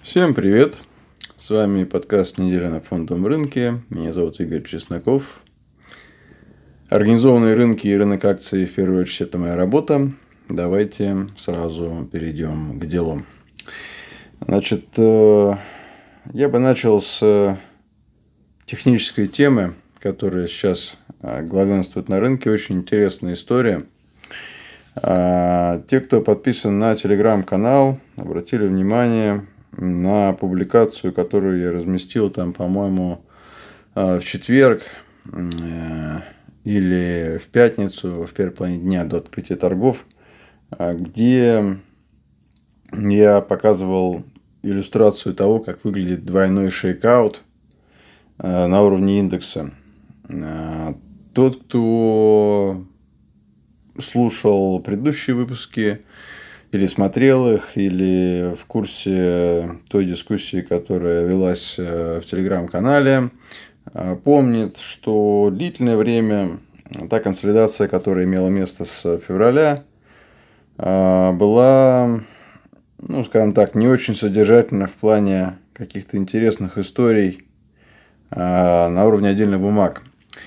Всем привет! С вами подкаст «Неделя на фондовом рынке». Меня зовут Игорь Чесноков. Организованные рынки и рынок акций, в первую очередь, это моя работа. Давайте сразу перейдем к делу. Значит, я бы начал с технической темы, которая сейчас главенствует на рынке. Очень интересная история. Те, кто подписан на телеграм-канал, обратили внимание на публикацию, которую я разместил там, по-моему, в четверг или в пятницу, в первой половине дня до открытия торгов, где я показывал иллюстрацию того, как выглядит двойной шейкаут на уровне индекса. Тот, кто слушал предыдущие выпуски, или смотрел их, или в курсе той дискуссии, которая велась в телеграм-канале, помнит, что длительное время та консолидация, которая имела место с февраля, была, скажем так, не очень содержательна в плане каких-то интересных историй на уровне отдельных бумаг.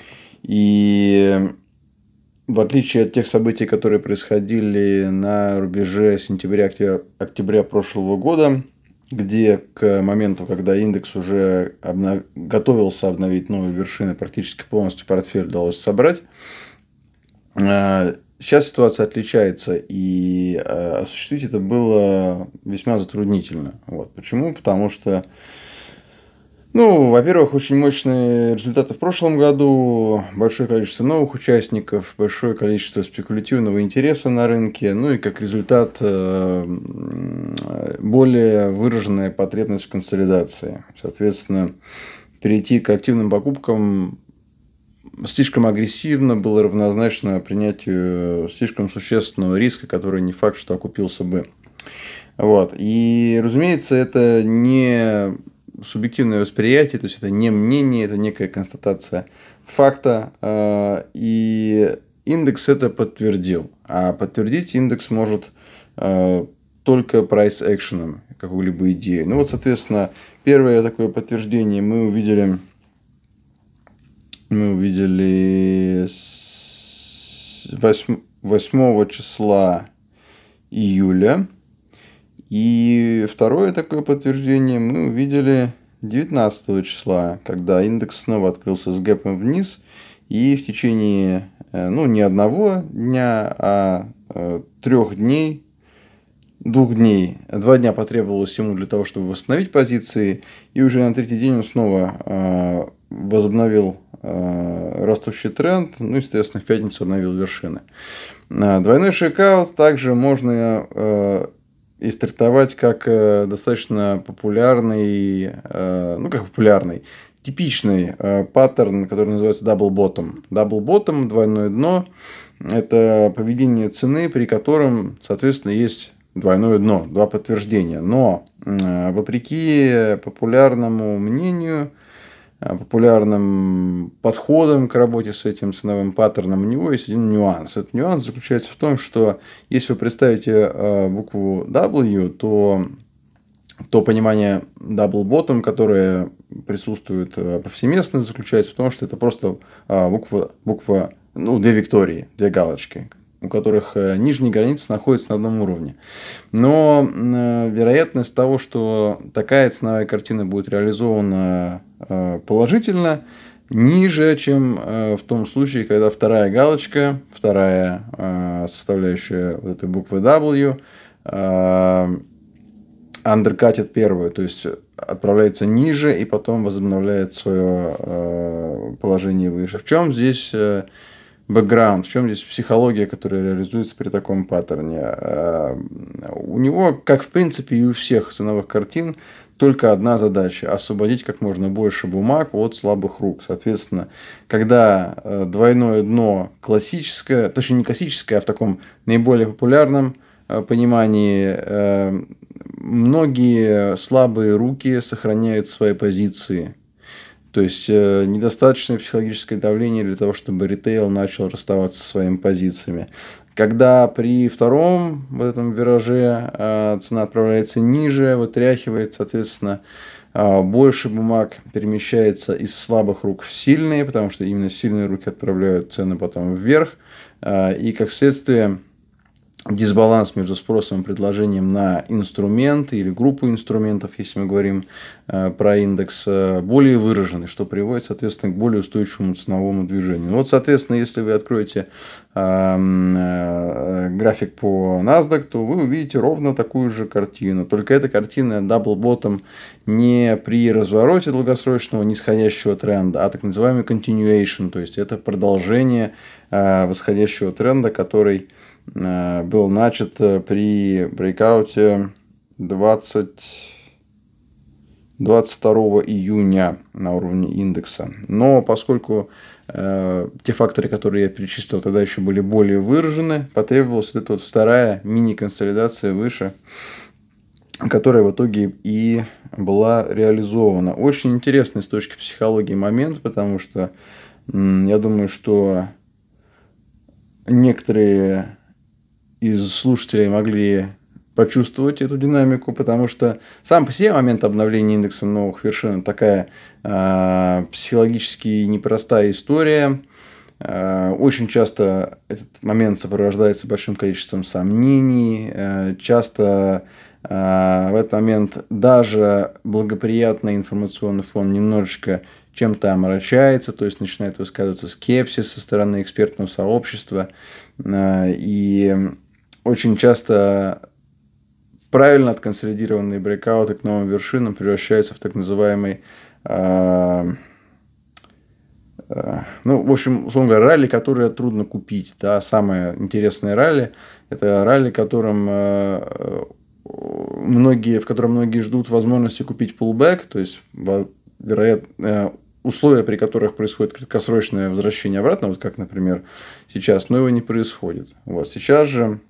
И в отличие от тех событий, которые происходили на рубеже сентября-октября прошлого года, где к моменту, когда индекс уже готовился обновить новые вершины, практически полностью портфель удалось собрать, сейчас ситуация отличается, и осуществить это было весьма затруднительно. Почему? Потому что во-первых, очень мощные результаты в прошлом году, большое количество новых участников, большое количество спекулятивного интереса на рынке, и как результат более выраженная потребность в консолидации. Соответственно, перейти к активным покупкам слишком агрессивно было равнозначно принятию слишком существенного риска, который не факт, что окупился бы. И, разумеется, это не субъективное восприятие, то есть это не мнение, это некая констатация факта, и индекс это подтвердил. А подтвердить индекс может только прайс-экшеном какую-либо идею. Соответственно, первое такое подтверждение мы увидели с 8 числа июля. И второе такое подтверждение мы увидели 19 числа, когда индекс снова открылся с гэпом вниз. И в течение, не одного дня, а 3 дней, 2 дней, 2 дня потребовалось ему для того, чтобы восстановить позиции. И уже на 3-й день он снова возобновил растущий тренд. Естественно, в пятницу обновил вершины. Двойной шейкаут также можно и стартовать как достаточно популярный, типичный паттерн, который называется double bottom. Double bottom, двойное дно, это поведение цены, при котором, соответственно, есть двойное дно, два подтверждения. Но вопреки популярному мнению, популярным подходом к работе с этим ценовым паттерном, у него есть один нюанс. Этот нюанс заключается в том, что если вы представите букву W, то понимание double bottom, которое присутствует повсеместно, заключается в том, что это просто буква, 2 виктории, 2 галочки, у которых нижние границы находятся на одном уровне. Но вероятность того, что такая ценовая картина будет реализована положительно, ниже, чем в том случае, когда вторая галочка, вторая составляющая вот этой буквы W, андеркатит первую, то есть отправляется ниже и потом возобновляет свое положение выше. В чем здесь бэкграунд, в чем здесь психология, которая реализуется при таком паттерне? У него, как в принципе и у всех ценовых картин, только одна задача – освободить как можно больше бумаг от слабых рук. Соответственно, когда двойное дно классическое, точнее не классическое, а в таком наиболее популярном понимании, многие слабые руки сохраняют свои позиции. То есть недостаточное психологическое давление для того, чтобы ритейл начал расставаться со своими позициями. Когда при втором в этом вираже цена отправляется ниже, вытряхивает, соответственно, больше бумаг перемещается из слабых рук в сильные, потому что именно сильные руки отправляют цены потом вверх. И как следствие дисбаланс между спросом и предложением на инструменты или группу инструментов, если мы говорим про индекс, более выраженный, что приводит, соответственно, к более устойчивому ценовому движению. Вот, соответственно, если вы откроете график по NASDAQ, то вы увидите ровно такую же картину. Только эта картина double bottom не при развороте долгосрочного нисходящего тренда, а так называемый continuation, то есть это продолжение восходящего тренда, который был начат при брейкауте 22 июня на уровне индекса. Но поскольку те факторы, которые я перечислил, тогда еще были более выражены, потребовалась вот эта вот вторая мини-консолидация выше, которая в итоге и была реализована. Очень интересный с точки психологии момент, потому что я думаю, что некоторые из слушателей могли почувствовать эту динамику, потому что сам по себе момент обновления индекса новых вершин такая психологически непростая история. Очень часто этот момент сопровождается большим количеством сомнений. Часто в этот момент даже благоприятный информационный фон немножечко чем-то омрачается, то есть начинает высказываться скепсис со стороны экспертного сообщества. И очень часто правильно отконсолидированные брейкауты к новым вершинам превращаются в так называемый, в общем, условно говоря, ралли, которое трудно купить. Да? Самое интересное ралли – это ралли, в котором многие ждут возможности купить pullback, то есть, вероятно, условия, при которых происходит краткосрочное возвращение обратно, вот как, например, сейчас, но его не происходит. Вот. Сейчас же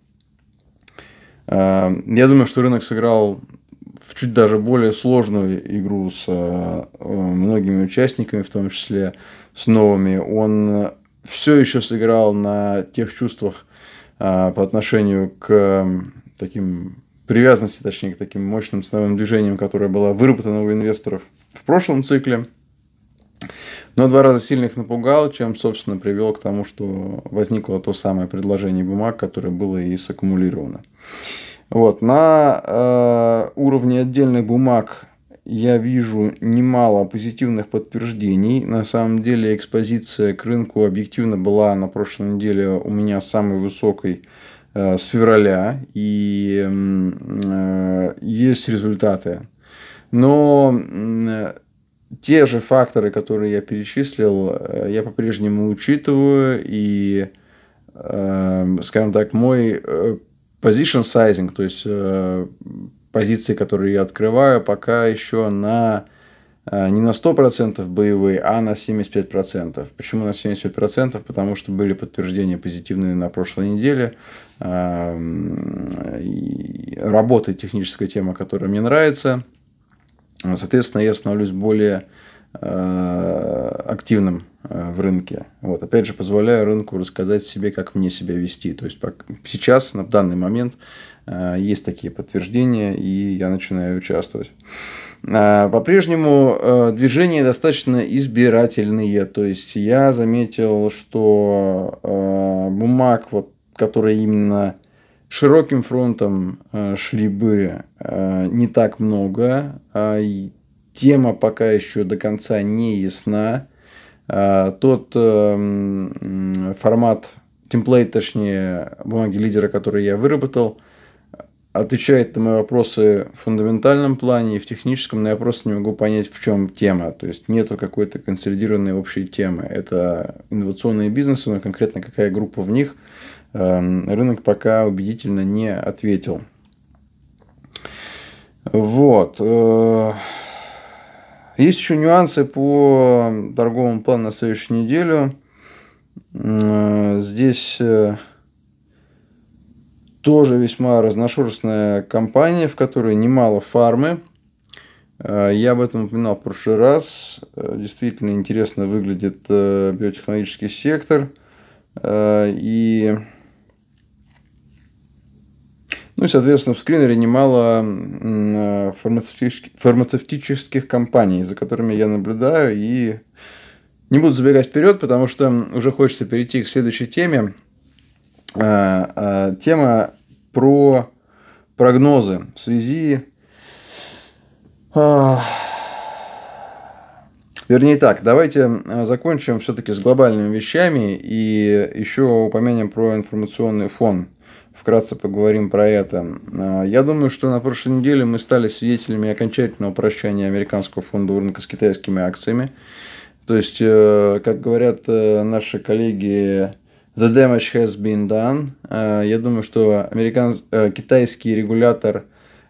я думаю, что рынок сыграл в чуть даже более сложную игру с многими участниками, в том числе с новыми. Он все еще сыграл на тех чувствах по отношению к таким привязанности, точнее, к таким мощным ценовым движениям, которая была выработана у инвесторов в прошлом цикле. Но 2 раза сильно их напугал, чем, собственно, привел к тому, что возникло то самое предложение бумаг, которое было и саккумулировано. Вот. На уровне отдельных бумаг я вижу немало позитивных подтверждений. На самом деле экспозиция к рынку объективно была на прошлой неделе у меня самой высокой с февраля. И есть результаты. Но те же факторы, которые я перечислил, я по-прежнему учитываю. И, скажем так, мой position sizing, то есть позиции, которые я открываю, пока еще не на 100% боевые, а на 75%. Почему на 75%? Потому что были подтверждения позитивные на прошлой неделе. Работает техническая тема, которая мне нравится. Соответственно, я становлюсь более активным в рынке. Вот. Опять же, позволяю рынку рассказать себе, как мне себя вести. То есть, сейчас, в данный момент, есть такие подтверждения, и я начинаю участвовать. По-прежнему движения достаточно избирательные. То есть, я заметил, что бумаг, вот, которые именно широким фронтом шли бы, не так много. Тема пока еще до конца не ясна. Тот формат, темплейт, точнее, бумаги лидера, который я выработал, отвечает на мои вопросы в фундаментальном плане и в техническом, но я просто не могу понять, в чем тема. То есть, нету какой-то консолидированной общей темы. Это инновационные бизнесы, но конкретно какая группа в них, рынок пока убедительно не ответил. Вот. Есть еще нюансы по торговому плану на следующую неделю. Здесь тоже весьма разношерстная компания, в которой немало фармы. Я об этом упоминал в прошлый раз. Действительно интересно выглядит биотехнологический сектор. И Ну и, соответственно, в скринере немало фармацевтических компаний, за которыми я наблюдаю, и не буду забегать вперед, потому что уже хочется перейти к следующей теме. Тема про прогнозы в связи... Вернее так, давайте закончим все-таки с глобальными вещами и еще упомянем про информационный фон. Вкратце поговорим про это. Я думаю, что на прошлой неделе мы стали свидетелями окончательного прощания американского фондового рынка с китайскими акциями. То есть, как говорят наши коллеги, the damage has been done. Я думаю, что китайский регулятор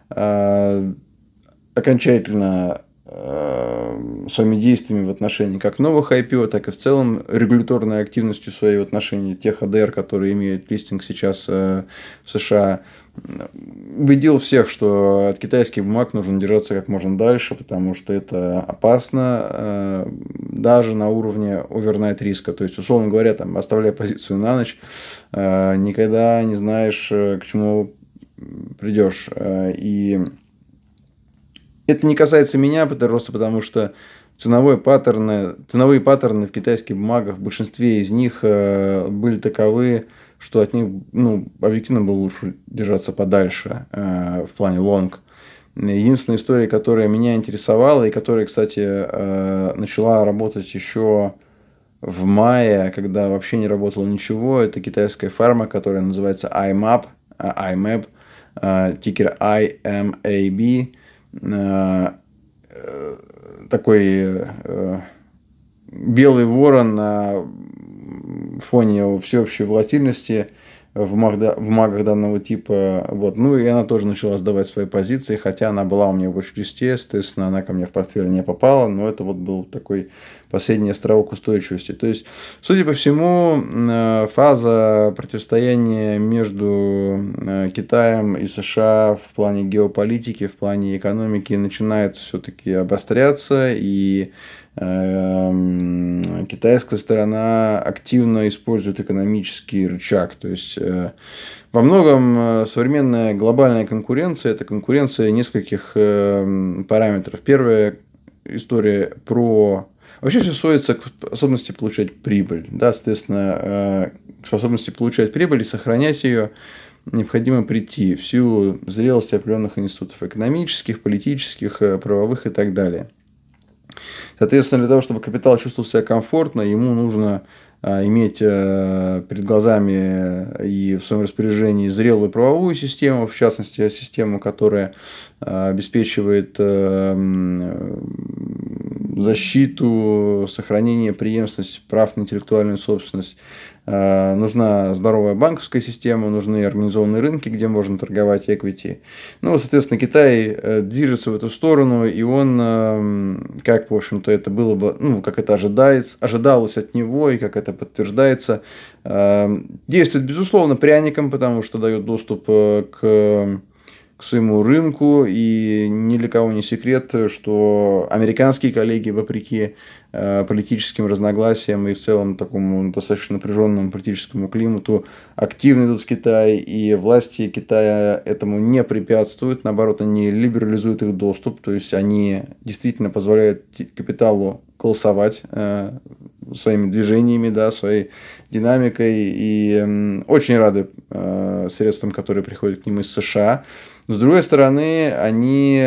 окончательно своими действиями в отношении как новых IPO, так и в целом регуляторной активностью своей в отношении тех АДР, которые имеют листинг сейчас в США, убедил всех, что от китайских бумаг нужно держаться как можно дальше, потому что это опасно даже на уровне овернайт риска. То есть, условно говоря, там, оставляя позицию на ночь, никогда не знаешь, к чему придешь. И это не касается меня, просто потому что ценовые паттерны в китайских бумагах, в большинстве из них были таковы, что от них объективно было лучше держаться подальше в плане лонг. Единственная история, которая меня интересовала и которая, кстати, начала работать еще в мае, когда вообще не работало ничего, это китайская фарма, которая называется IMAB, тикер IMAB. Такой белый ворон на фоне всеобщей волатильности в бумагах данного типа. Вот. Ну и она тоже начала сдавать свои позиции, хотя она была у меня в watch-листе, естественно, она ко мне в портфель не попала, но это вот был такой последний островок устойчивости. То есть, судя по всему, фаза противостояния между Китаем и США в плане геополитики, в плане экономики начинает все-таки обостряться, и китайская сторона активно использует экономический рычаг. То есть, во многом современная глобальная конкуренция – это конкуренция нескольких параметров. Первая история про... Вообще все сводится к способности получать прибыль. Да, соответственно, к способности получать прибыль и сохранять ее необходимо прийти в силу зрелости определенных институтов экономических, политических, правовых и так далее. Соответственно, для того, чтобы капитал чувствовал себя комфортно, ему нужно иметь перед глазами и в своем распоряжении зрелую правовую систему, в частности, систему, которая обеспечивает защиту, сохранение преемственности прав на интеллектуальную собственность. Нужна здоровая банковская система, нужны организованные рынки, где можно торговать equity. Ну, соответственно, Китай движется в эту сторону, и он, как, в общем-то, это было бы, как это ожидалось от него, и как это подтверждается, действует, безусловно, пряником, потому что дает доступ к своему рынку, и ни для кого не секрет, что американские коллеги, вопреки политическим разногласиям и в целом такому достаточно напряженному политическому климату, активно идут в Китай, и власти Китая этому не препятствуют, наоборот, они либерализуют их доступ, то есть они действительно позволяют капиталу голосовать своими движениями, да, своей динамикой, и очень рады средствам, которые приходят к ним из США. С другой стороны, они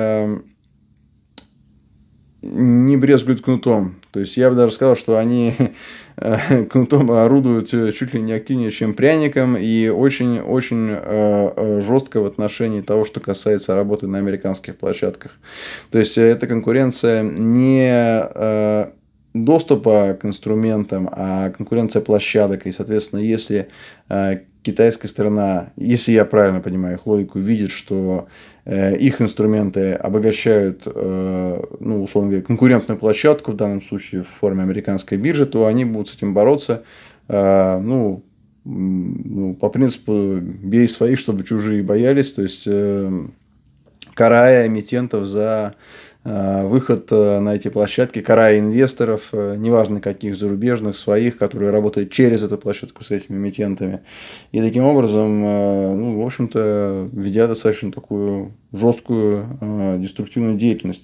не брезгуют кнутом. То есть, я бы даже сказал, что они кнутом орудуют чуть ли не активнее, чем пряником, и очень-очень жестко в отношении того, что касается работы на американских площадках. То есть, это конкуренция не доступа к инструментам, а конкуренция площадок. И, соответственно, если китайская сторона, если я правильно понимаю их логику, видит, что их инструменты обогащают, условно говоря, конкурентную площадку, в данном случае в форме американской биржи, то они будут с этим бороться, по принципу «бей своих, чтобы чужие боялись», то есть карая эмитентов за выход на эти площадки, кора инвесторов, неважно каких, зарубежных, своих, которые работают через эту площадку с этими эмитентами. И таким образом, ну, в общем-то, ведя достаточно такую жесткую деструктивную деятельность.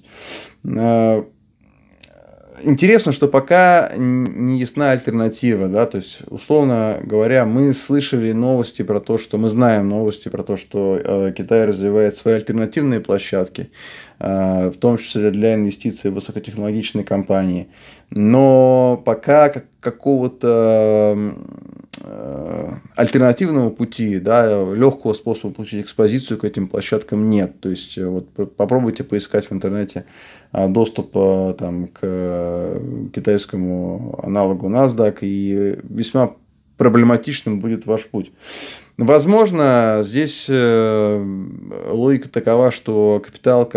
Интересно, что пока не ясна альтернатива, да, то есть, условно говоря, мы слышали новости про то, что мы знаем новости про то, что Китай развивает свои альтернативные площадки, в том числе для инвестиций в высокотехнологичные компании, но пока какого-то альтернативного пути, да, легкого способа получить экспозицию к этим площадкам нет. То есть, вот попробуйте поискать в интернете доступ там, к китайскому аналогу NASDAQ, и весьма проблематичным будет ваш путь. Возможно, здесь логика такова, что капитал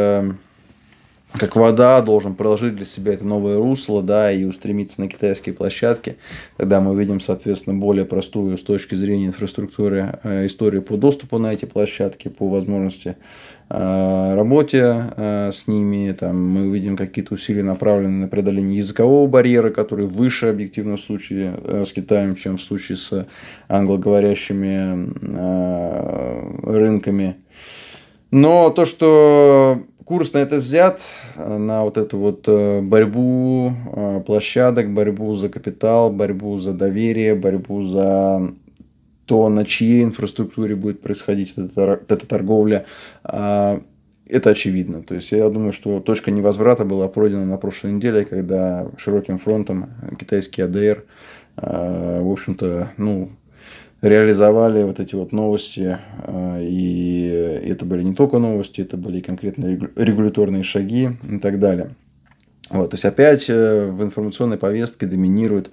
как вода должен проложить для себя это новое русло, да, и устремиться на китайские площадки. Тогда мы увидим, соответственно, более простую с точки зрения инфраструктуры историю по доступу на эти площадки, по возможности работе с ними. Там мы увидим какие-то усилия, направленные на преодоление языкового барьера, который выше объективно в случае с Китаем, чем в случае с англоговорящими рынками. Но то, что курс на это взят, на вот эту вот борьбу площадок, борьбу за капитал, борьбу за доверие, борьбу за то, на чьей инфраструктуре будет происходить эта торговля, это очевидно. То есть, я думаю, что точка невозврата была пройдена на прошлой неделе, когда широким фронтом китайский АДР, в общем-то, ну, реализовали вот эти вот новости, и это были не только новости, это были конкретные регуляторные шаги и так далее. Вот, то есть, опять в информационной повестке доминирует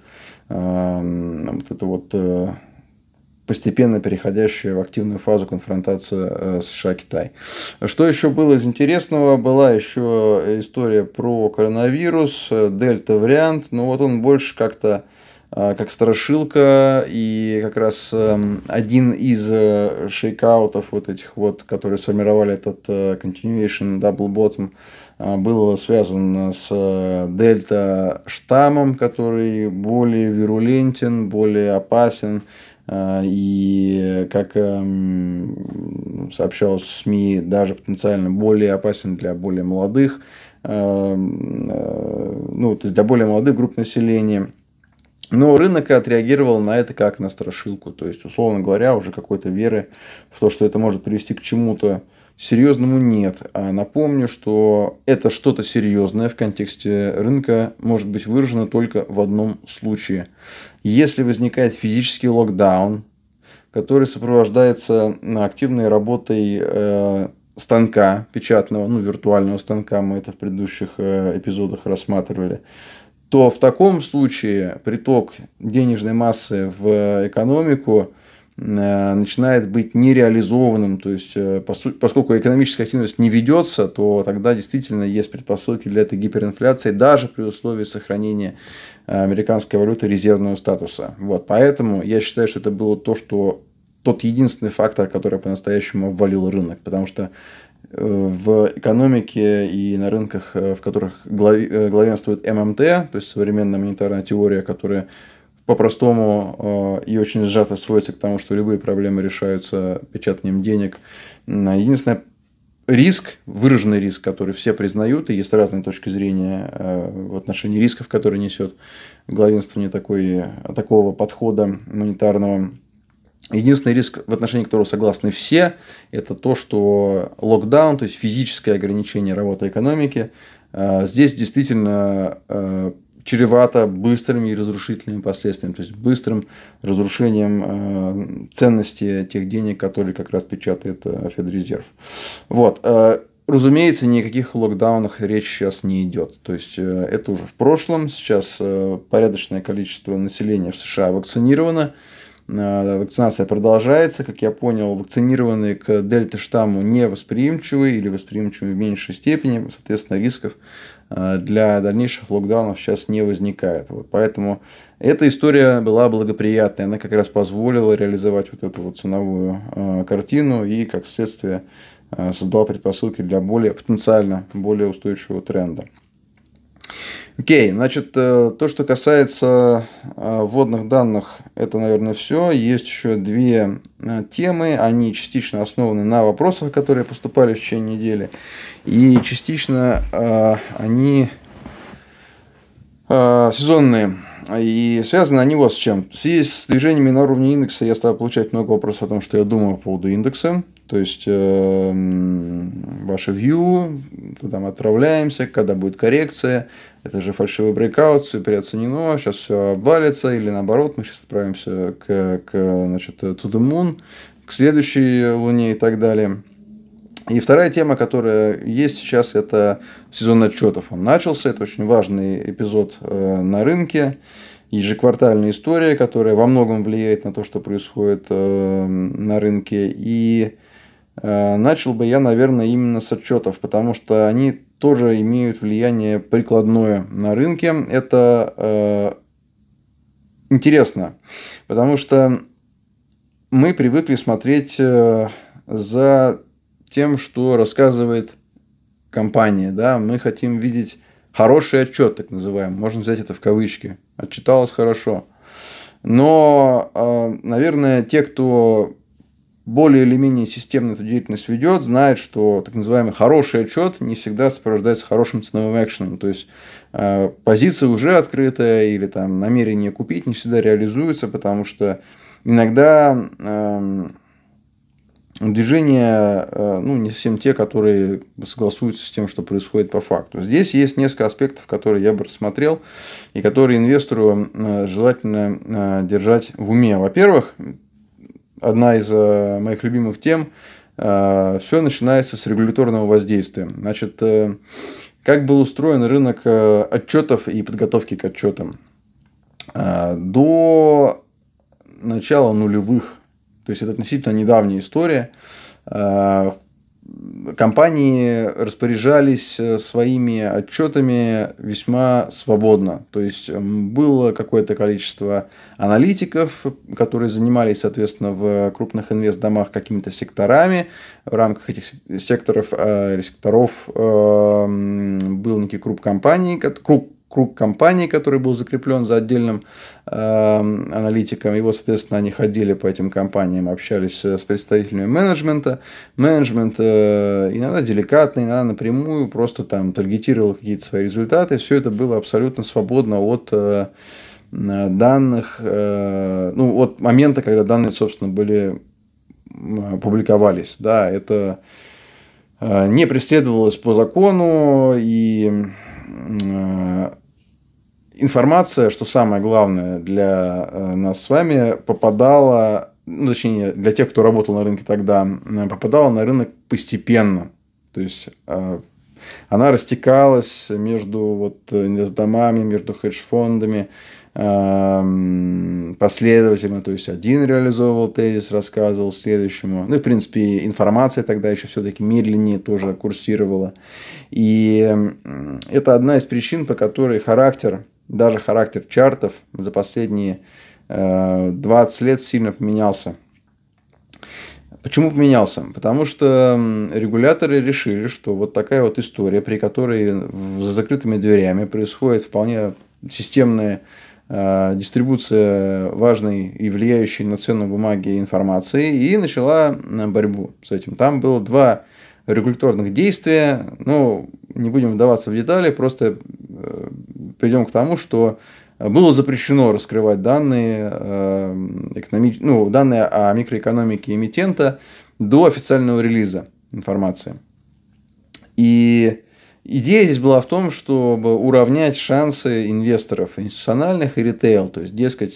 вот это вот постепенно переходящая в активную фазу конфронтацию США-Китай. Что еще было из интересного? Была еще история про коронавирус, дельта-вариант, но вот он больше как-то как страшилка, и как раз один из шейкаутов вот этих вот, которые сформировали этот continuation double bottom, был связан с дельта-штаммом, который более вирулентен, более опасен, и, как сообщалось в СМИ, даже потенциально более опасен для более молодых, ну, то есть для более молодых групп населения. Но рынок отреагировал на это как на страшилку. То есть, условно говоря, уже какой-то веры в то, что это может привести к чему-то серьезному, нет. А напомню, что это что-то серьезное в контексте рынка может быть выражено только в одном случае. Если возникает физический локдаун, который сопровождается активной работой станка печатного, ну, виртуального станка, мы это в предыдущих эпизодах рассматривали, то в таком случае приток денежной массы в экономику начинает быть нереализованным. То есть, поскольку экономическая активность не ведется, то тогда действительно есть предпосылки для этой гиперинфляции, даже при условии сохранения американской валюты резервного статуса. Вот. Поэтому я считаю, что это было тот единственный фактор, который по-настоящему обвалил рынок. Потому что в экономике и на рынках, в которых главенствует ММТ, то есть современная монетарная теория, которая по-простому и очень сжато сводится к тому, что любые проблемы решаются печатанием денег. Единственный риск, выраженный риск, который все признают, и есть разные точки зрения в отношении рисков, которые несет главенствование такого подхода монетарного. Единственный риск, в отношении которого согласны все, это то, что локдаун, то есть физическое ограничение работы экономики, здесь действительно чревато быстрыми и разрушительными последствиями, то есть быстрым разрушением ценности тех денег, которые как раз печатает Федрезерв. Вот. Разумеется, ни о каких локдаунах речь сейчас не идет. То есть, это уже в прошлом. Сейчас порядочное количество населения в США вакцинировано. Вакцинация продолжается. Как я понял, вакцинированные к дельта-штамму невосприимчивы или восприимчивы в меньшей степени. Соответственно, рисков для дальнейших локдаунов сейчас не возникает. Вот. Поэтому эта история была благоприятной. Она как раз позволила реализовать вот эту вот ценовую картину и, как следствие, создал предпосылки для потенциально более устойчивого тренда. Окей, значит, то, что касается вводных данных, это, наверное, все. Есть еще две темы. Они частично основаны на вопросах, которые поступали в течение недели. И частично они сезонные. И связаны они вот с чем. В связи с движениями на уровне индекса я стал получать много вопросов о том, что я думаю по поводу индекса. То есть, ваше view, куда мы отправляемся, когда будет коррекция. Это же фальшивый брейкаут, все переоценено, сейчас все обвалится. Или наоборот, мы сейчас отправимся значит, to the moon, к следующей луне и так далее. И вторая тема, которая есть сейчас, это сезон отчетов. Он начался, это очень важный эпизод на рынке, ежеквартальная история, которая во многом влияет на то, что происходит на рынке. И начал бы я, наверное, именно с отчетов, потому что они тоже имеют влияние прикладное на рынке. Это интересно, потому что мы привыкли смотреть за тем, что рассказывает компания. Да? Мы хотим видеть хороший отчет, так называемый. Можно взять это в кавычки. Отчиталось хорошо. Но, наверное, те, кто более или менее системно эту деятельность ведет, знают, что так называемый хороший отчет не всегда сопровождается хорошим ценовым экшеном. То есть, позиция уже открытая или там намерение купить не всегда реализуется, потому что иногда движения, не совсем те, которые согласуются с тем, что происходит по факту. Здесь есть несколько аспектов, которые я бы рассмотрел и которые инвестору желательно держать в уме. Во-первых, одна из моих любимых тем, все начинается с регуляторного воздействия. Значит, как был устроен рынок отчетов и подготовки к отчетам? До начала нулевых, то есть это относительно недавняя история, компании распоряжались своими отчетами весьма свободно. То есть было какое-то количество аналитиков, которые занимались, соответственно, в крупных инвестдомах какими-то секторами. В рамках этих секторов или секторов был некий круг компаний, который был закреплен за отдельным аналитиком. И вот, соответственно, они ходили по этим компаниям, общались с представителями менеджмента. Менеджмент иногда деликатно, иногда напрямую просто там таргетировал какие-то свои результаты. Все это было абсолютно свободно от данных, от момента, когда данные, собственно, публиковались. Да, это не преследовалось по закону, и информация, что самое главное для нас с вами, попадала, точнее, для тех, кто работал на рынке тогда, попадала на рынок постепенно. То есть, она растекалась между инвестдомами, между хедж-фондами последовательно. То есть, один реализовывал тезис, рассказывал следующему. В принципе, информация тогда еще все-таки медленнее тоже курсировала. И это одна из причин, по которой даже характер чартов за последние 20 лет сильно поменялся. Почему поменялся? Потому что регуляторы решили, что вот такая вот история, при которой за закрытыми дверями происходит вполне системная дистрибуция важной и влияющей на цену бумаги информации, и начала борьбу с этим. Там было два регуляторных действия, не будем вдаваться в детали, просто придем к тому, что было запрещено раскрывать данные о микроэкономике эмитента до официального релиза информации. И идея здесь была в том, чтобы уравнять шансы инвесторов институциональных и ритейл. То есть, дескать,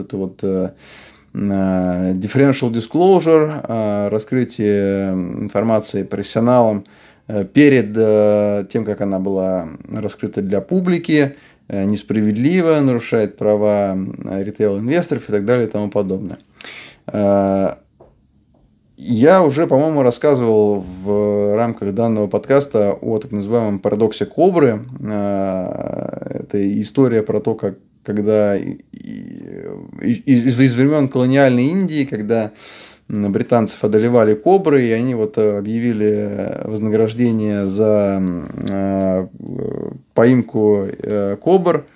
differential disclosure, раскрытие информации профессионалам перед тем, как она была раскрыта для публики, несправедливо, нарушает права ритейл-инвесторов и так далее и тому подобное. Я уже, по-моему, рассказывал в рамках данного подкаста о так называемом парадоксе Кобры. Это история про то, когда из времен колониальной Индии, когда британцев одолевали кобры, и они вот объявили вознаграждение за поимку кобр,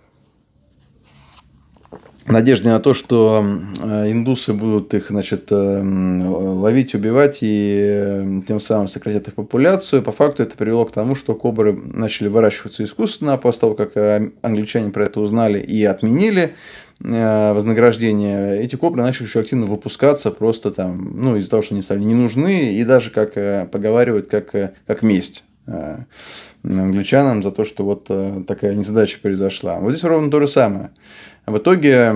в надежде на то, что индусы будут их, значит, ловить, убивать и тем самым сократят их популяцию. По факту это привело к тому, что кобры начали выращиваться искусственно после того, как англичане про это узнали и отменили вознаграждение. Эти кобры начали еще активно выпускаться просто там, ну, из-за того, что они стали не нужны, и даже, как поговаривают, как месть англичанам за то, что вот такая незадача произошла. Вот здесь ровно то же самое. В итоге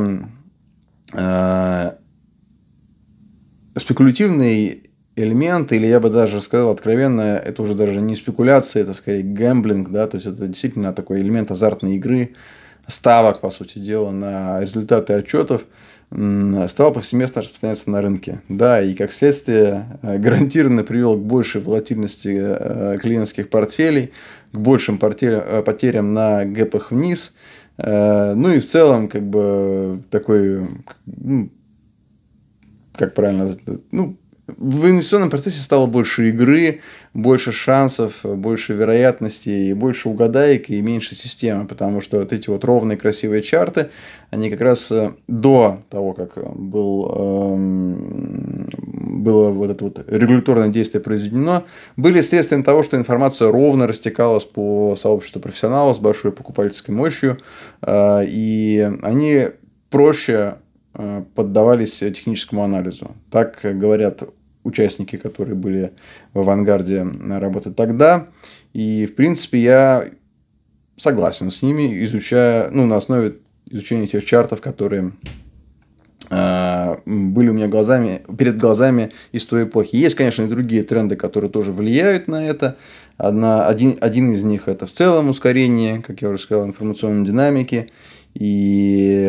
спекулятивный элемент, или я бы даже сказал откровенно, это уже даже не спекуляция, это скорее гэмблинг, да, то есть это действительно такой элемент азартной игры, ставок, по сути дела, на результаты отчетов, стал повсеместно распространяться на рынке. Да, и как следствие гарантированно привел к большей волатильности клиентских портфелей, к большим потерям на гэпах вниз. Ну и в целом, как бы, такой, ну, как правильно, ну, в инвестиционном процессе стало больше игры, больше шансов, больше вероятностей, больше угадаек и меньше системы, потому что вот эти вот ровные красивые чарты, они как раз до того, как было вот это вот регуляторное действие произведено, были следствием того, что информация ровно растекалась по сообществу профессионалов с большой покупательской мощью, и они проще поддавались техническому анализу. Так говорят участники, которые были в авангарде работы тогда. И, в принципе, я согласен с ними, изучая, ну, на основе изучения тех чартов, которые были у меня перед глазами из той эпохи. Есть, конечно, и другие тренды, которые тоже влияют на это. Один из них – это в целом ускорение, как я уже сказал, информационной динамики и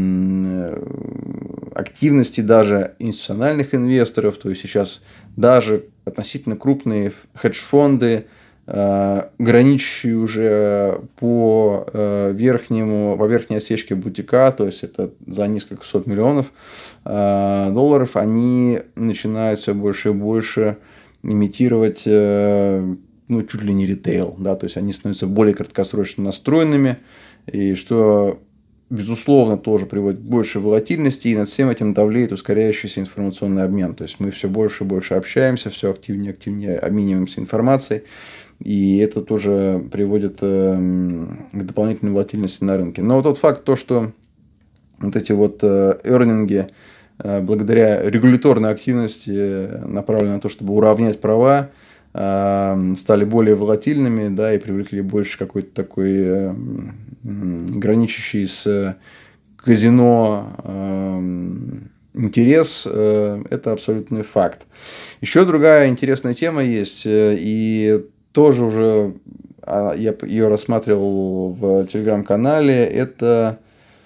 активности даже институциональных инвесторов. То есть сейчас даже относительно крупные хедж-фонды, граничащие уже по верхней осечке бутика, то есть это за несколько сот миллионов долларов, они начинают все больше и больше имитировать, ну, чуть ли не ритейл, да, то есть они становятся более краткосрочно настроенными, и что, безусловно, тоже приводит к большей волатильности, и над всем этим давлеет ускоряющийся информационный обмен. То есть мы все больше и больше общаемся, все активнее и активнее обмениваемся информацией, и это тоже приводит к дополнительной волатильности на рынке. Но вот тот факт, то, что вот эти вот эрнинги благодаря регуляторной активности, направленной на то, чтобы уравнять права, стали более волатильными, да, и привлекли больше какой-то такой граничащий с казино интерес, это абсолютный факт. Еще другая интересная тема есть, и тоже уже я ее рассматривал в телеграм-канале, это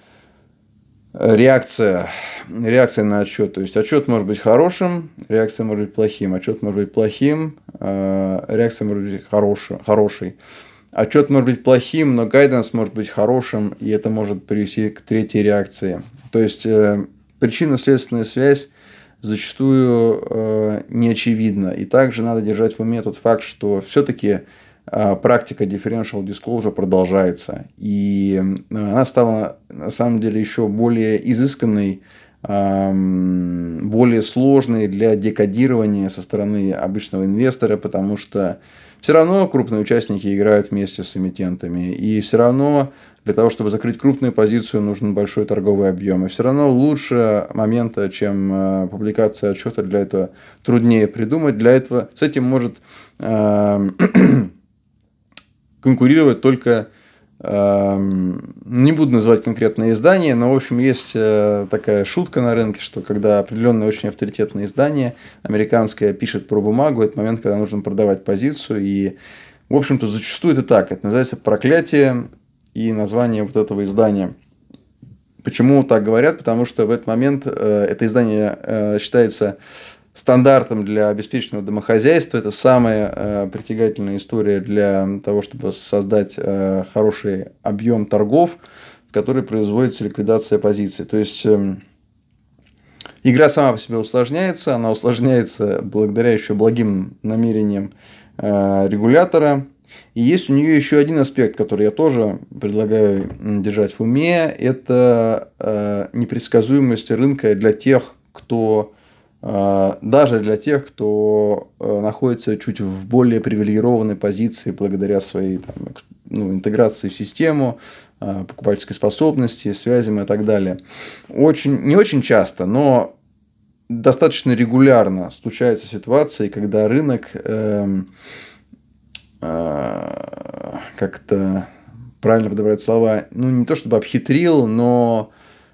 реакция на отчет. То есть отчет может быть хорошим, реакция может быть плохим. Отчет может быть плохим, реакция может быть хорошей. Отчет может быть плохим, но гайденс может быть хорошим, и это может привести к третьей реакции. То есть причинно-следственная связь зачастую не очевидна. И также надо держать в уме тот факт, что все-таки практика differential disclosure продолжается. И она стала, на самом деле, еще более изысканной, более сложной для декодирования со стороны обычного инвестора, потому что все равно крупные участники играют вместе с эмитентами. И все равно для того, чтобы закрыть крупную позицию, нужен большой торговый объем. И все равно лучше момента, чем публикация отчета, для этого труднее придумать. Для этого с этим может конкурировать только, не буду называть конкретное издание, но, в общем, есть такая шутка на рынке, что когда определенное очень авторитетное издание американское пишет про бумагу, это момент, когда нужно продавать позицию, и, в общем-то, зачастую это так. Это называется проклятие и название вот этого издания. Почему так говорят? Потому что в этот момент это издание считается стандартом для обеспеченного домохозяйства. Это самая притягательная история для того, чтобы создать хороший объем торгов, в который производится ликвидация позиций. То есть игра сама по себе усложняется, она усложняется благодаря еще благим намерениям регулятора. И есть у нее еще один аспект, который я тоже предлагаю держать в уме, это непредсказуемость рынка для тех, кто даже для тех, кто находится чуть в более привилегированной позиции благодаря своей интеграции в систему, покупательской способности, связям и так далее. Не очень часто, но достаточно регулярно случаются ситуации, когда рынок как-то правильно подобрать слова, не то чтобы обхитрил, но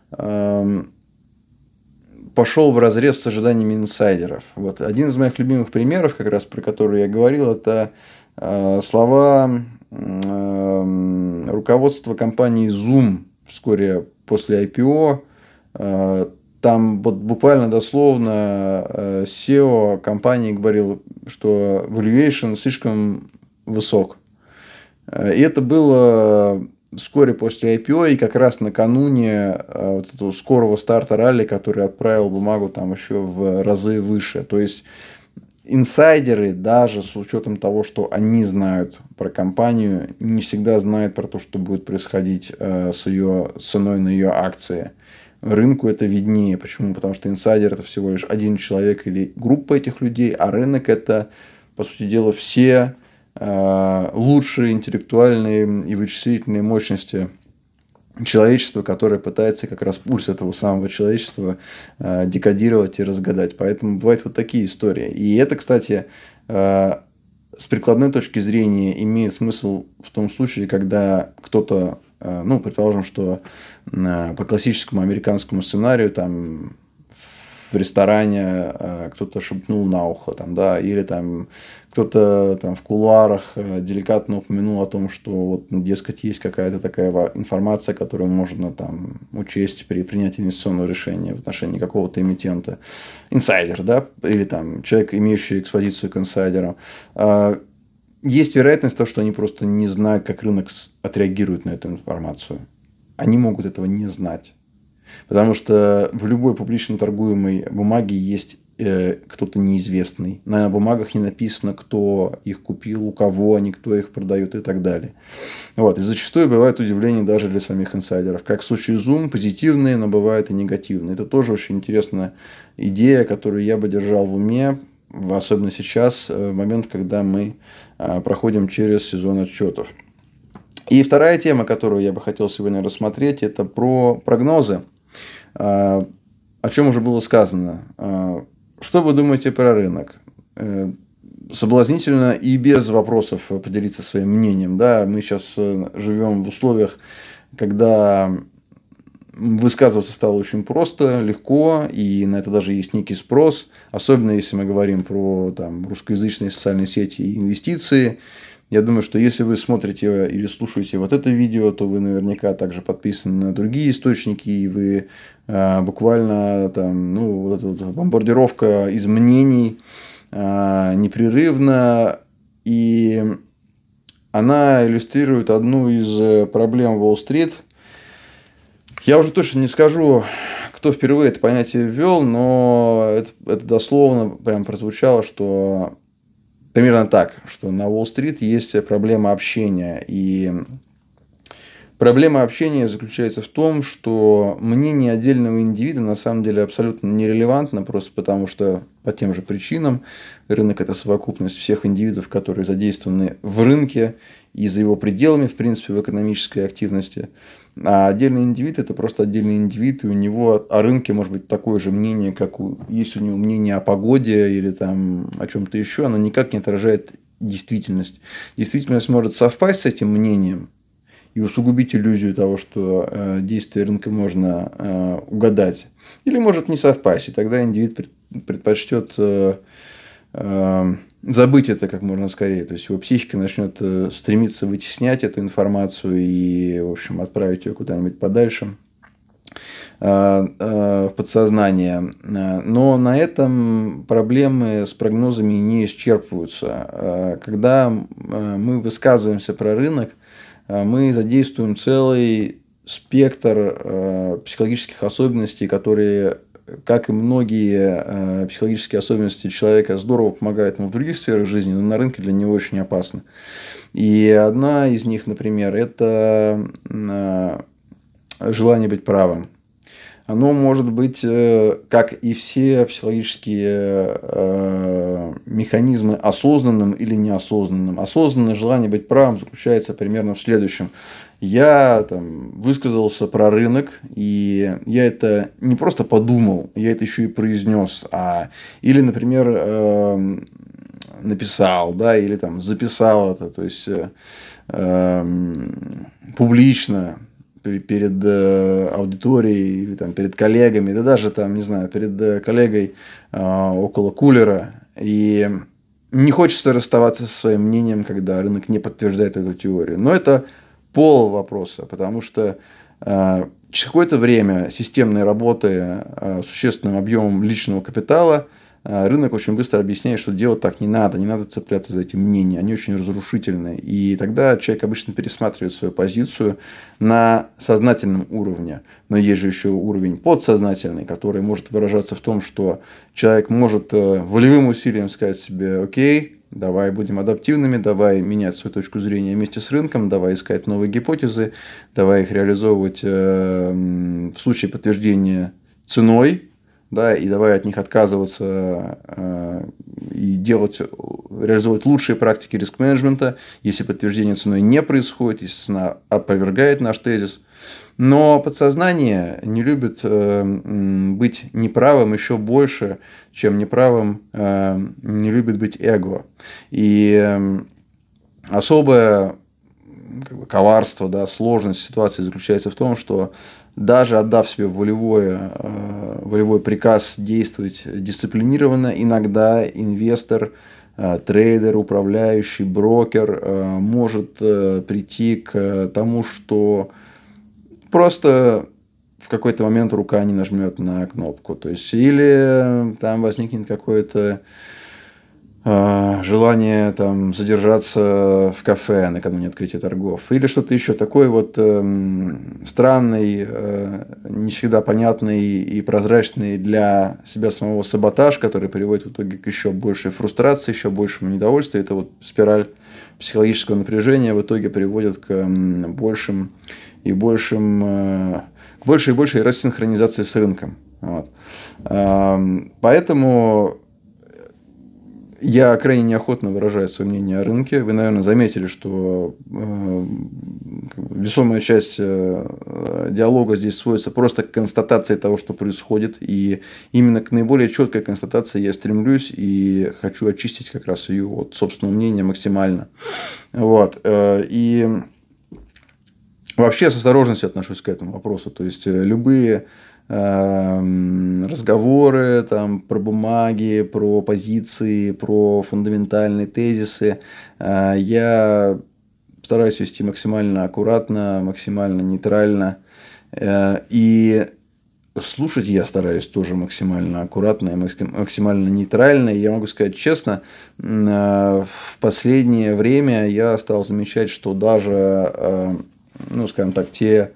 пошел вразрез с ожиданиями инсайдеров. Вот. Один из моих любимых примеров, как раз про который я говорил, это слова руководства компании Zoom вскоре после IPO. Там вот буквально дословно SEO компании говорил, что valuation слишком высок. И это было вскоре после IPO и как раз накануне вот этого скорого старта ралли, который отправил бумагу там еще в разы выше. То есть инсайдеры, даже с учетом того, что они знают про компанию, не всегда знают про то, что будет происходить с ее ценой на ее акции. Рынку это виднее. Почему? Потому что инсайдер – это всего лишь один человек или группа этих людей, а рынок – это, по сути дела, все лучшие интеллектуальные и вычислительные мощности человечества, которое пытается как раз пульс этого самого человечества декодировать и разгадать. Поэтому бывают вот такие истории. И это, кстати, с прикладной точки зрения имеет смысл в том случае, когда кто-то, предположим, что по классическому американскому сценарию там в ресторане кто-то шепнул на ухо, или кто-то в кулуарах деликатно упомянул о том, что дескать, есть какая-то такая информация, которую можно учесть при принятии инвестиционного решения в отношении какого-то эмитента. Инсайдер, или человек, имеющий экспозицию к инсайдерам. Есть вероятность того, что они просто не знают, как рынок отреагирует на эту информацию. Они могут этого не знать. Потому что в любой публично торгуемой бумаге есть кто-то неизвестный. На бумагах не написано, кто их купил, у кого они, кто их продает и так далее. И зачастую бывает удивление даже для самих инсайдеров. Как в случае Zoom, позитивные, но бывают и негативные. Это тоже очень интересная идея, которую я бы держал в уме, особенно сейчас, в момент, когда мы проходим через сезон отчетов. И вторая тема, которую я бы хотел сегодня рассмотреть, это про прогнозы. О чем уже было сказано. Что вы думаете про рынок? Соблазнительно и без вопросов поделиться своим мнением. Мы сейчас живем в условиях, когда высказываться стало очень просто, легко, и на это даже есть некий спрос. Особенно если мы говорим про русскоязычные социальные сети и инвестиции. Я думаю, что если вы смотрите или слушаете вот это видео, то вы наверняка также подписаны на другие источники, и вы буквально вот эта бомбардировка из мнений непрерывно, и она иллюстрирует одну из проблем Уолл-стрит. Я уже точно не скажу, кто впервые это понятие ввел, но это дословно прям прозвучало, что примерно так, что на Уолл-стрит есть проблема общения. И проблема общения заключается в том, что мнение отдельного индивида на самом деле абсолютно нерелевантно, просто потому что по тем же причинам рынок – это совокупность всех индивидов, которые задействованы в рынке и за его пределами, в принципе, в экономической активности. А отдельный индивид – это просто отдельный индивид, и у него о рынке может быть такое же мнение, как есть у него мнение о погоде или о чем-то еще, оно никак не отражает действительность. Действительность может совпасть с этим мнением и усугубить иллюзию того, что действие рынка можно угадать, или может не совпасть, и тогда индивид предпочтет забыть это как можно скорее. То есть его психика начнет стремиться вытеснять эту информацию и, в общем, отправить ее куда-нибудь подальше в подсознание. Но на этом проблемы с прогнозами не исчерпываются. Когда мы высказываемся про рынок, мы задействуем целый спектр психологических особенностей, которые как и многие психологические особенности человека, здорово помогают ему в других сферах жизни, но на рынке для него очень опасно. И одна из них, например, это желание быть правым. Оно может быть, как и все психологические механизмы, осознанным или неосознанным. Осознанное желание быть правым заключается примерно в следующем. Я высказался про рынок, и я это не просто подумал, я это еще и произнес. Или, например, написал, да, или записал это, то есть публично перед аудиторией или перед коллегами, да даже не знаю, перед коллегой около кулера. И не хочется расставаться со своим мнением, когда рынок не подтверждает эту теорию. Но это пол вопроса, потому что через какое-то время системной работы с существенным объемом личного капитала рынок очень быстро объясняет, что делать так не надо цепляться за эти мнения, они очень разрушительны. И тогда человек обычно пересматривает свою позицию на сознательном уровне. Но есть же еще уровень подсознательный, который может выражаться в том, что человек может волевым усилием сказать себе: окей, давай будем адаптивными, давай менять свою точку зрения вместе с рынком, давай искать новые гипотезы, давай их реализовывать в случае подтверждения ценой. Да, и давай от них отказываться и реализовывать лучшие практики риск-менеджмента, если подтверждение ценой не происходит, если цена опровергает наш тезис. Но подсознание не любит быть неправым еще больше, чем неправым не любит быть эго. И особое коварство, да, сложность ситуации заключается в том, что даже отдав себе волевой приказ действовать дисциплинированно, иногда инвестор, трейдер, управляющий, брокер может прийти к тому, что просто в какой-то момент рука не нажмет на кнопку. То есть, или там возникнет какое-то желание задержаться в кафе накануне открытия торгов, или что-то еще такой странный, не всегда понятный и прозрачный для себя самого саботаж, который приводит в итоге к еще большей фрустрации, еще большему недовольству. Это спираль психологического напряжения в итоге приводит к большей и большей рассинхронизации с рынком. Вот. Поэтому я крайне неохотно выражаю свое мнение о рынке. Вы, наверное, заметили, что весомая часть диалога здесь сводится просто к констатации того, что происходит. И именно к наиболее четкой констатации я стремлюсь и хочу очистить как раз ее от собственного мнения максимально. Вот. И вообще с осторожностью отношусь к этому вопросу. То есть, любые разговоры про бумаги, про позиции, про фундаментальные тезисы я стараюсь вести максимально аккуратно, максимально нейтрально. И слушать я стараюсь тоже максимально аккуратно и максимально нейтрально. И я могу сказать честно, в последнее время я стал замечать, что даже, скажем так, те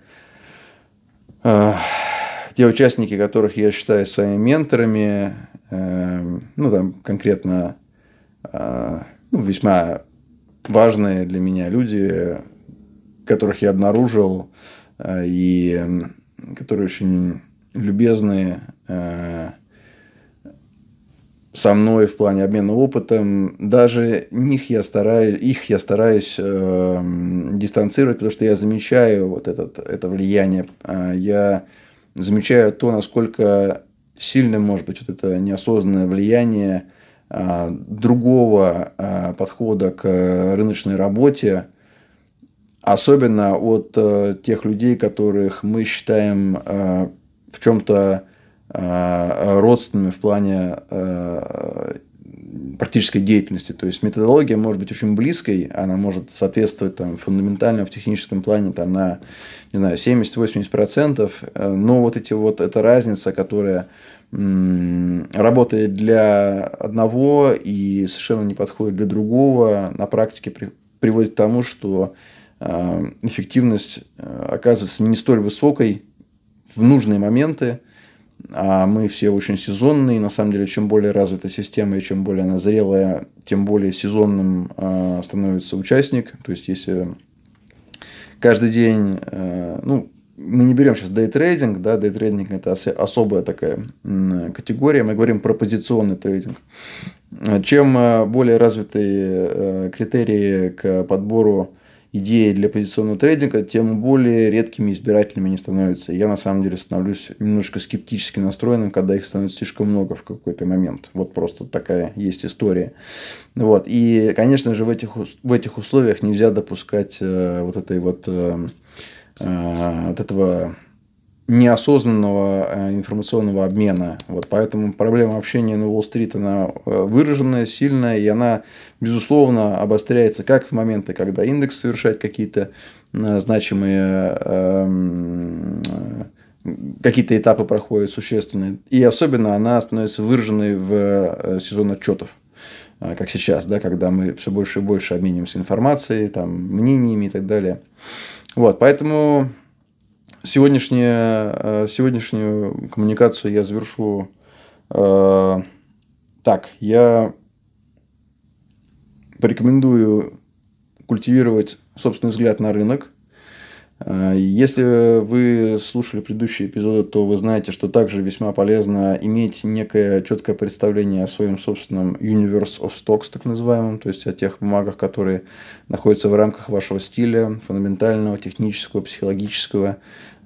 участники, которых я считаю своими менторами, конкретно весьма важные для меня люди, которых я обнаружил, и которые очень любезны со мной в плане обмена опытом, даже их я стараюсь дистанцировать, потому что я замечаю это влияние. Я замечаю то, насколько сильным может быть это неосознанное влияние другого подхода к рыночной работе, особенно от тех людей, которых мы считаем в чем-то родственными в плане практической деятельности. То есть методология может быть очень близкой, она может соответствовать фундаментально в техническом плане на 70-80%, но эта разница, которая работает для одного и совершенно не подходит для другого, на практике приводит к тому, что эффективность оказывается не столь высокой в нужные моменты, а мы все очень сезонные. На самом деле, чем более развита система и чем более она зрелая, тем более сезонным становится участник. То есть, если каждый день, ну, мы не берем сейчас дейтрейдинг, да, дейтрейдинг это особая такая категория, мы говорим про позиционный трейдинг. Чем более развитые критерии к подбору идеи для позиционного трейдинга, тем более редкими и избирательными они становятся. Я на самом деле становлюсь немножко скептически настроенным, когда их становится слишком много в какой-то момент. Вот просто такая есть история. Вот. И, конечно же, в этих условиях нельзя допускать вот этого неосознанного информационного обмена. Вот поэтому проблема общения на Уолл-стрит, она выраженная, сильная, и она, безусловно, обостряется как в моменты, когда индекс совершает какие-то значимые какие-то этапы проходят существенные, и особенно она становится выраженной в сезон отчетов, как сейчас, да, когда мы все больше и больше обмениваемся информацией, там, мнениями и так далее. Вот, поэтому сегодняшнюю коммуникацию я завершу так. Я порекомендую культивировать собственный взгляд на рынок. Если вы слушали предыдущие эпизоды, то вы знаете, что также весьма полезно иметь некое четкое представление о своем собственном universe of stocks, так называемом, то есть о тех бумагах, которые находятся в рамках вашего стиля, фундаментального, технического, психологического.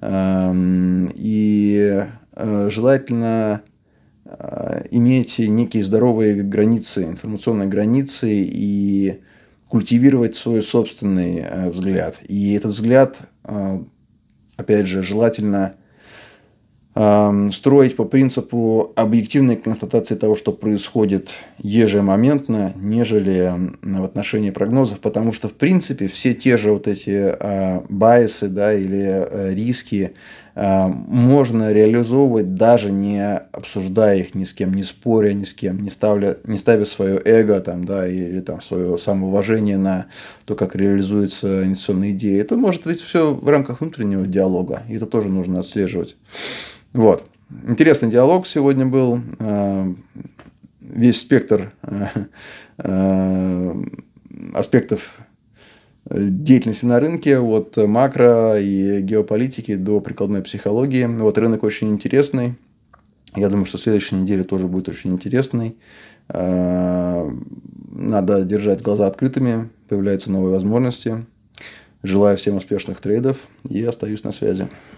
И желательно иметь некие здоровые границы, информационные границы и культивировать свой собственный взгляд. И этот взгляд, опять же, желательно строить по принципу объективной констатации того, что происходит ежемоментно, нежели в отношении прогнозов, потому что, в принципе, все те же вот эти байесы, да, или риски можно реализовывать, даже не обсуждая их ни с кем, не споря ни с кем, не ставя свое эго там, да, или там, свое самоуважение на то, как реализуются инвестиционные идеи. Это может быть все в рамках внутреннего диалога, и это тоже нужно отслеживать. Вот. Интересный диалог сегодня был. Весь спектр аспектов деятельности на рынке, от макро и геополитики до прикладной психологии. Вот рынок очень интересный. Я думаю, что следующая неделя тоже будет очень интересной. Надо держать глаза открытыми. Появляются новые возможности. Желаю всем успешных трейдов и остаюсь на связи.